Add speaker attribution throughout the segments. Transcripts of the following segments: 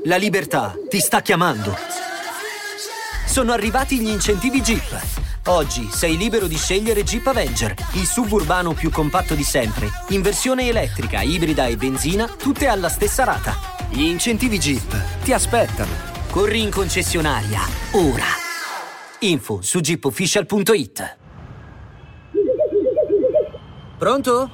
Speaker 1: La libertà ti sta chiamando. Sono arrivati gli incentivi Jeep. Oggi sei libero di scegliere Jeep Avenger, il SUV urbano più compatto di sempre, in versione elettrica, ibrida e benzina, tutte alla stessa rata. Gli incentivi Jeep ti aspettano. Corri in concessionaria, ora. Info su jeepofficial.it. Pronto?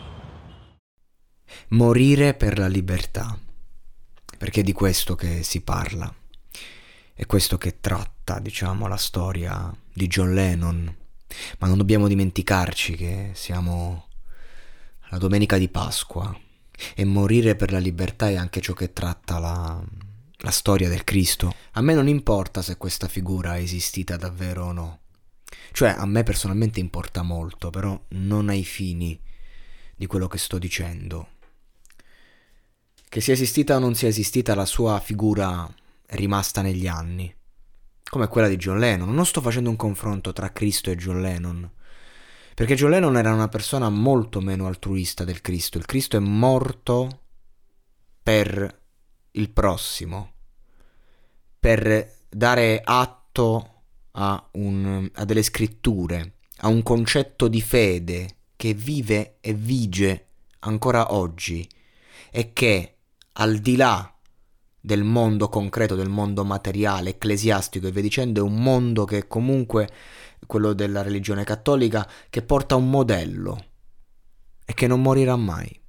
Speaker 2: Morire per la libertà. Perché è di questo che si parla. È questo che tratta, diciamo, la storia di John Lennon. Ma non dobbiamo dimenticarci che siamo alla domenica di Pasqua e morire per la libertà è anche ciò che tratta la storia del Cristo. A me non importa se questa figura è esistita davvero o no. Cioè, a me personalmente importa molto, però non ai fini di quello che sto dicendo. Che sia esistita o non sia esistita, la sua figura è rimasta negli anni, come quella di John Lennon. Non sto facendo un confronto tra Cristo e John Lennon, perché John Lennon era una persona molto meno altruista del Cristo. Il Cristo è morto per il prossimo, per dare atto a delle scritture, a un concetto di fede che vive e vige ancora oggi e che al di là del mondo concreto, del mondo materiale, ecclesiastico e via dicendo, è un mondo che comunque, quello della religione cattolica, che porta un modello e che non morirà mai.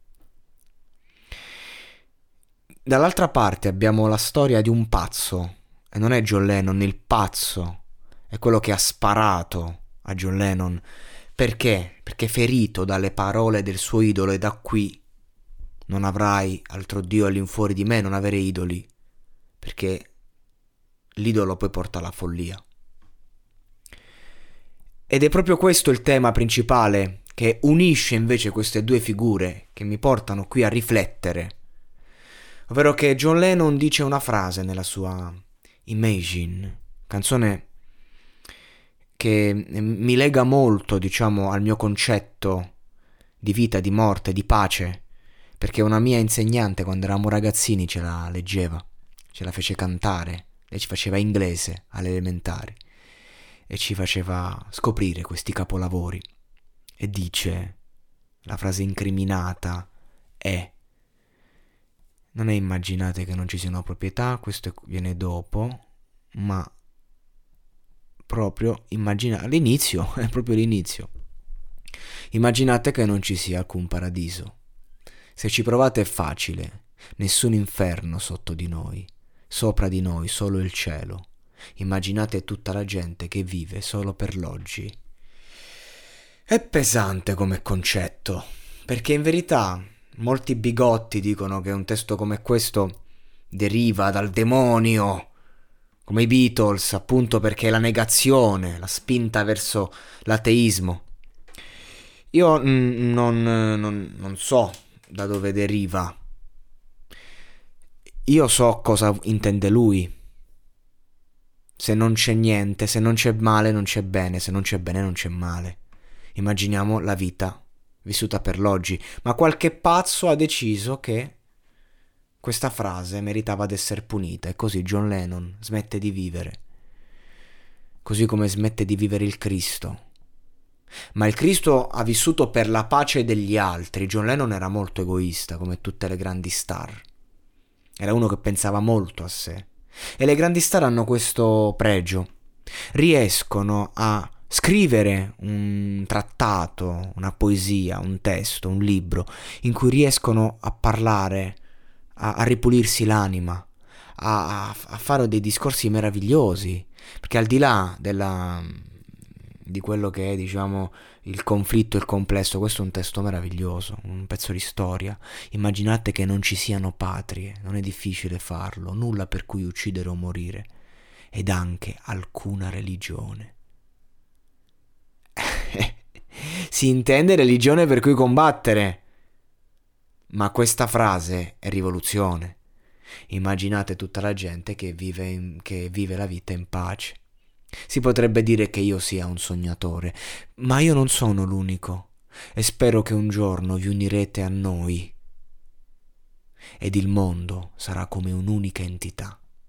Speaker 2: Dall'altra parte abbiamo la storia di un pazzo, e non è John Lennon, il pazzo è quello che ha sparato a John Lennon. Perché? Perché ferito dalle parole del suo idolo, e da qui non avrai altro Dio all'infuori di me, non avere idoli, perché l'idolo poi porta alla follia. Ed è proprio questo il tema principale che unisce invece queste due figure, che mi portano qui a riflettere, ovvero che John Lennon dice una frase nella sua Imagine, canzone che mi lega molto, diciamo, al mio concetto di vita, di morte, di pace, perché una mia insegnante quando eravamo ragazzini ce la leggeva, ce la fece cantare, lei ci faceva inglese alle elementari e ci faceva scoprire questi capolavori. E dice, la frase incriminata è: non è immaginate che non ci siano proprietà, questo viene dopo, ma proprio all'inizio, è proprio l'inizio. Immaginate che non ci sia alcun paradiso. Se ci provate è facile, nessun inferno sotto di noi, sopra di noi solo il cielo. Immaginate tutta la gente che vive solo per l'oggi. È pesante come concetto, perché in verità molti bigotti dicono che un testo come questo deriva dal demonio, come i Beatles, appunto perché è la negazione, la spinta verso l'ateismo. Io non so da dove deriva. Io so cosa intende lui. Se non c'è niente, se non c'è male non c'è bene, se non c'è bene non c'è male. Immaginiamo la vita vissuta per l'oggi, ma qualche pazzo ha deciso che questa frase meritava di essere punita e così John Lennon smette di vivere, così come smette di vivere il Cristo. Ma il Cristo ha vissuto per la pace degli altri. John Lennon era molto egoista, come tutte le grandi star. Era uno che pensava molto a sé. E le grandi star hanno questo pregio. Riescono a scrivere un trattato, una poesia, un testo, un libro, in cui riescono a parlare, a ripulirsi l'anima, a fare dei discorsi meravigliosi. Perché al di là di quello che è, diciamo, il conflitto, il complesso, questo è un testo meraviglioso, un pezzo di storia. Immaginate che non ci siano patrie, non è difficile farlo, nulla per cui uccidere o morire, ed anche alcuna religione. Si intende religione per cui combattere, ma questa frase è rivoluzione. Immaginate tutta la gente che vive la vita in pace. Si potrebbe dire che io sia un sognatore, ma io non sono l'unico e spero che un giorno vi unirete a noi ed il mondo sarà come un'unica entità.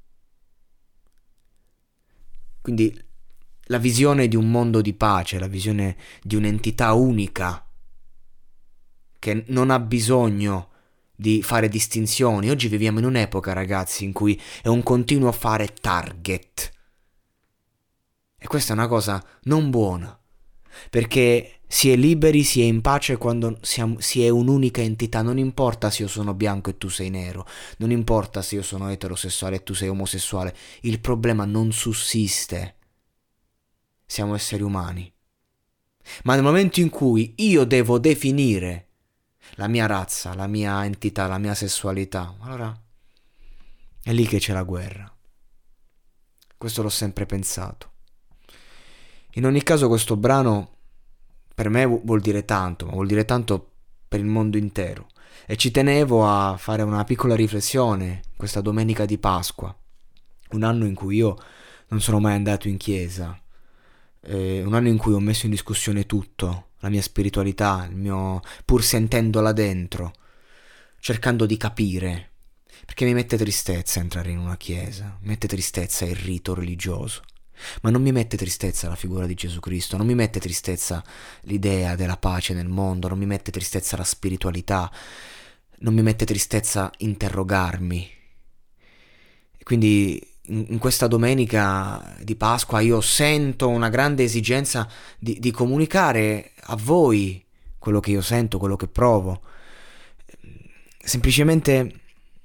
Speaker 2: Quindi la visione di un mondo di pace, la visione di un'entità unica che non ha bisogno di fare distinzioni. Oggi viviamo in un'epoca, ragazzi, in cui è un continuo fare target. E questa è una cosa non buona, perché si è liberi, si è in pace quando si è un'unica entità. Non importa se io sono bianco e tu sei nero, non importa se io sono eterosessuale e tu sei omosessuale, il problema non sussiste. Siamo esseri umani. Ma nel momento in cui io devo definire la mia razza, la mia entità, la mia sessualità, allora è lì che c'è la guerra. Questo l'ho sempre pensato. In ogni caso questo brano per me vuol dire tanto, ma vuol dire tanto per il mondo intero. E ci tenevo a fare una piccola riflessione questa domenica di Pasqua, un anno in cui io non sono mai andato in chiesa, un anno in cui ho messo in discussione tutto, la mia spiritualità, il mio, pur sentendola dentro, cercando di capire, perché mi mette tristezza entrare in una chiesa, mi mette tristezza il rito religioso, ma non mi mette tristezza la figura di Gesù Cristo, non mi mette tristezza l'idea della pace nel mondo, non mi mette tristezza la spiritualità, non mi mette tristezza interrogarmi. E quindi in questa domenica di Pasqua io sento una grande esigenza di comunicare a voi quello che io sento, quello che provo. Semplicemente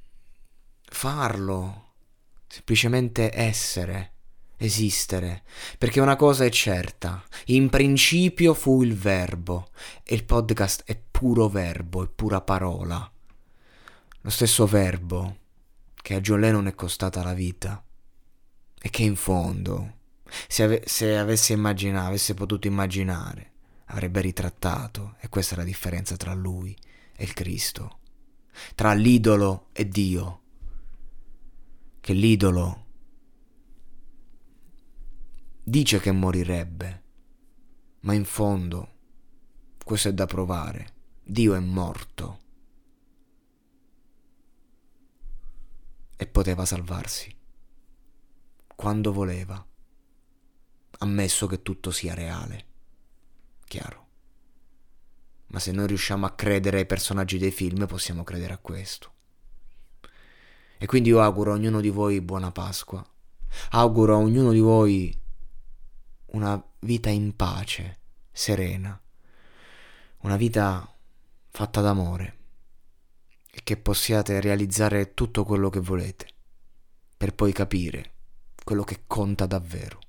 Speaker 2: farlo, semplicemente essere, esistere, perché una cosa è certa: in principio fu il verbo, e il podcast è puro verbo, è pura parola, lo stesso verbo che a John Lennon è costata la vita e che in fondo, se avesse potuto immaginare, avrebbe ritrattato. E questa è la differenza tra lui e il Cristo, tra l'idolo e Dio, che l'idolo dice che morirebbe, ma in fondo, questo è da provare, Dio è morto e poteva salvarsi quando voleva, ammesso che tutto sia reale, chiaro. Ma se noi riusciamo a credere ai personaggi dei film, possiamo credere a questo. E quindi io auguro a ognuno di voi buona Pasqua, auguro a ognuno di voi una vita in pace, serena, una vita fatta d'amore, e che possiate realizzare tutto quello che volete, per poi capire quello che conta davvero.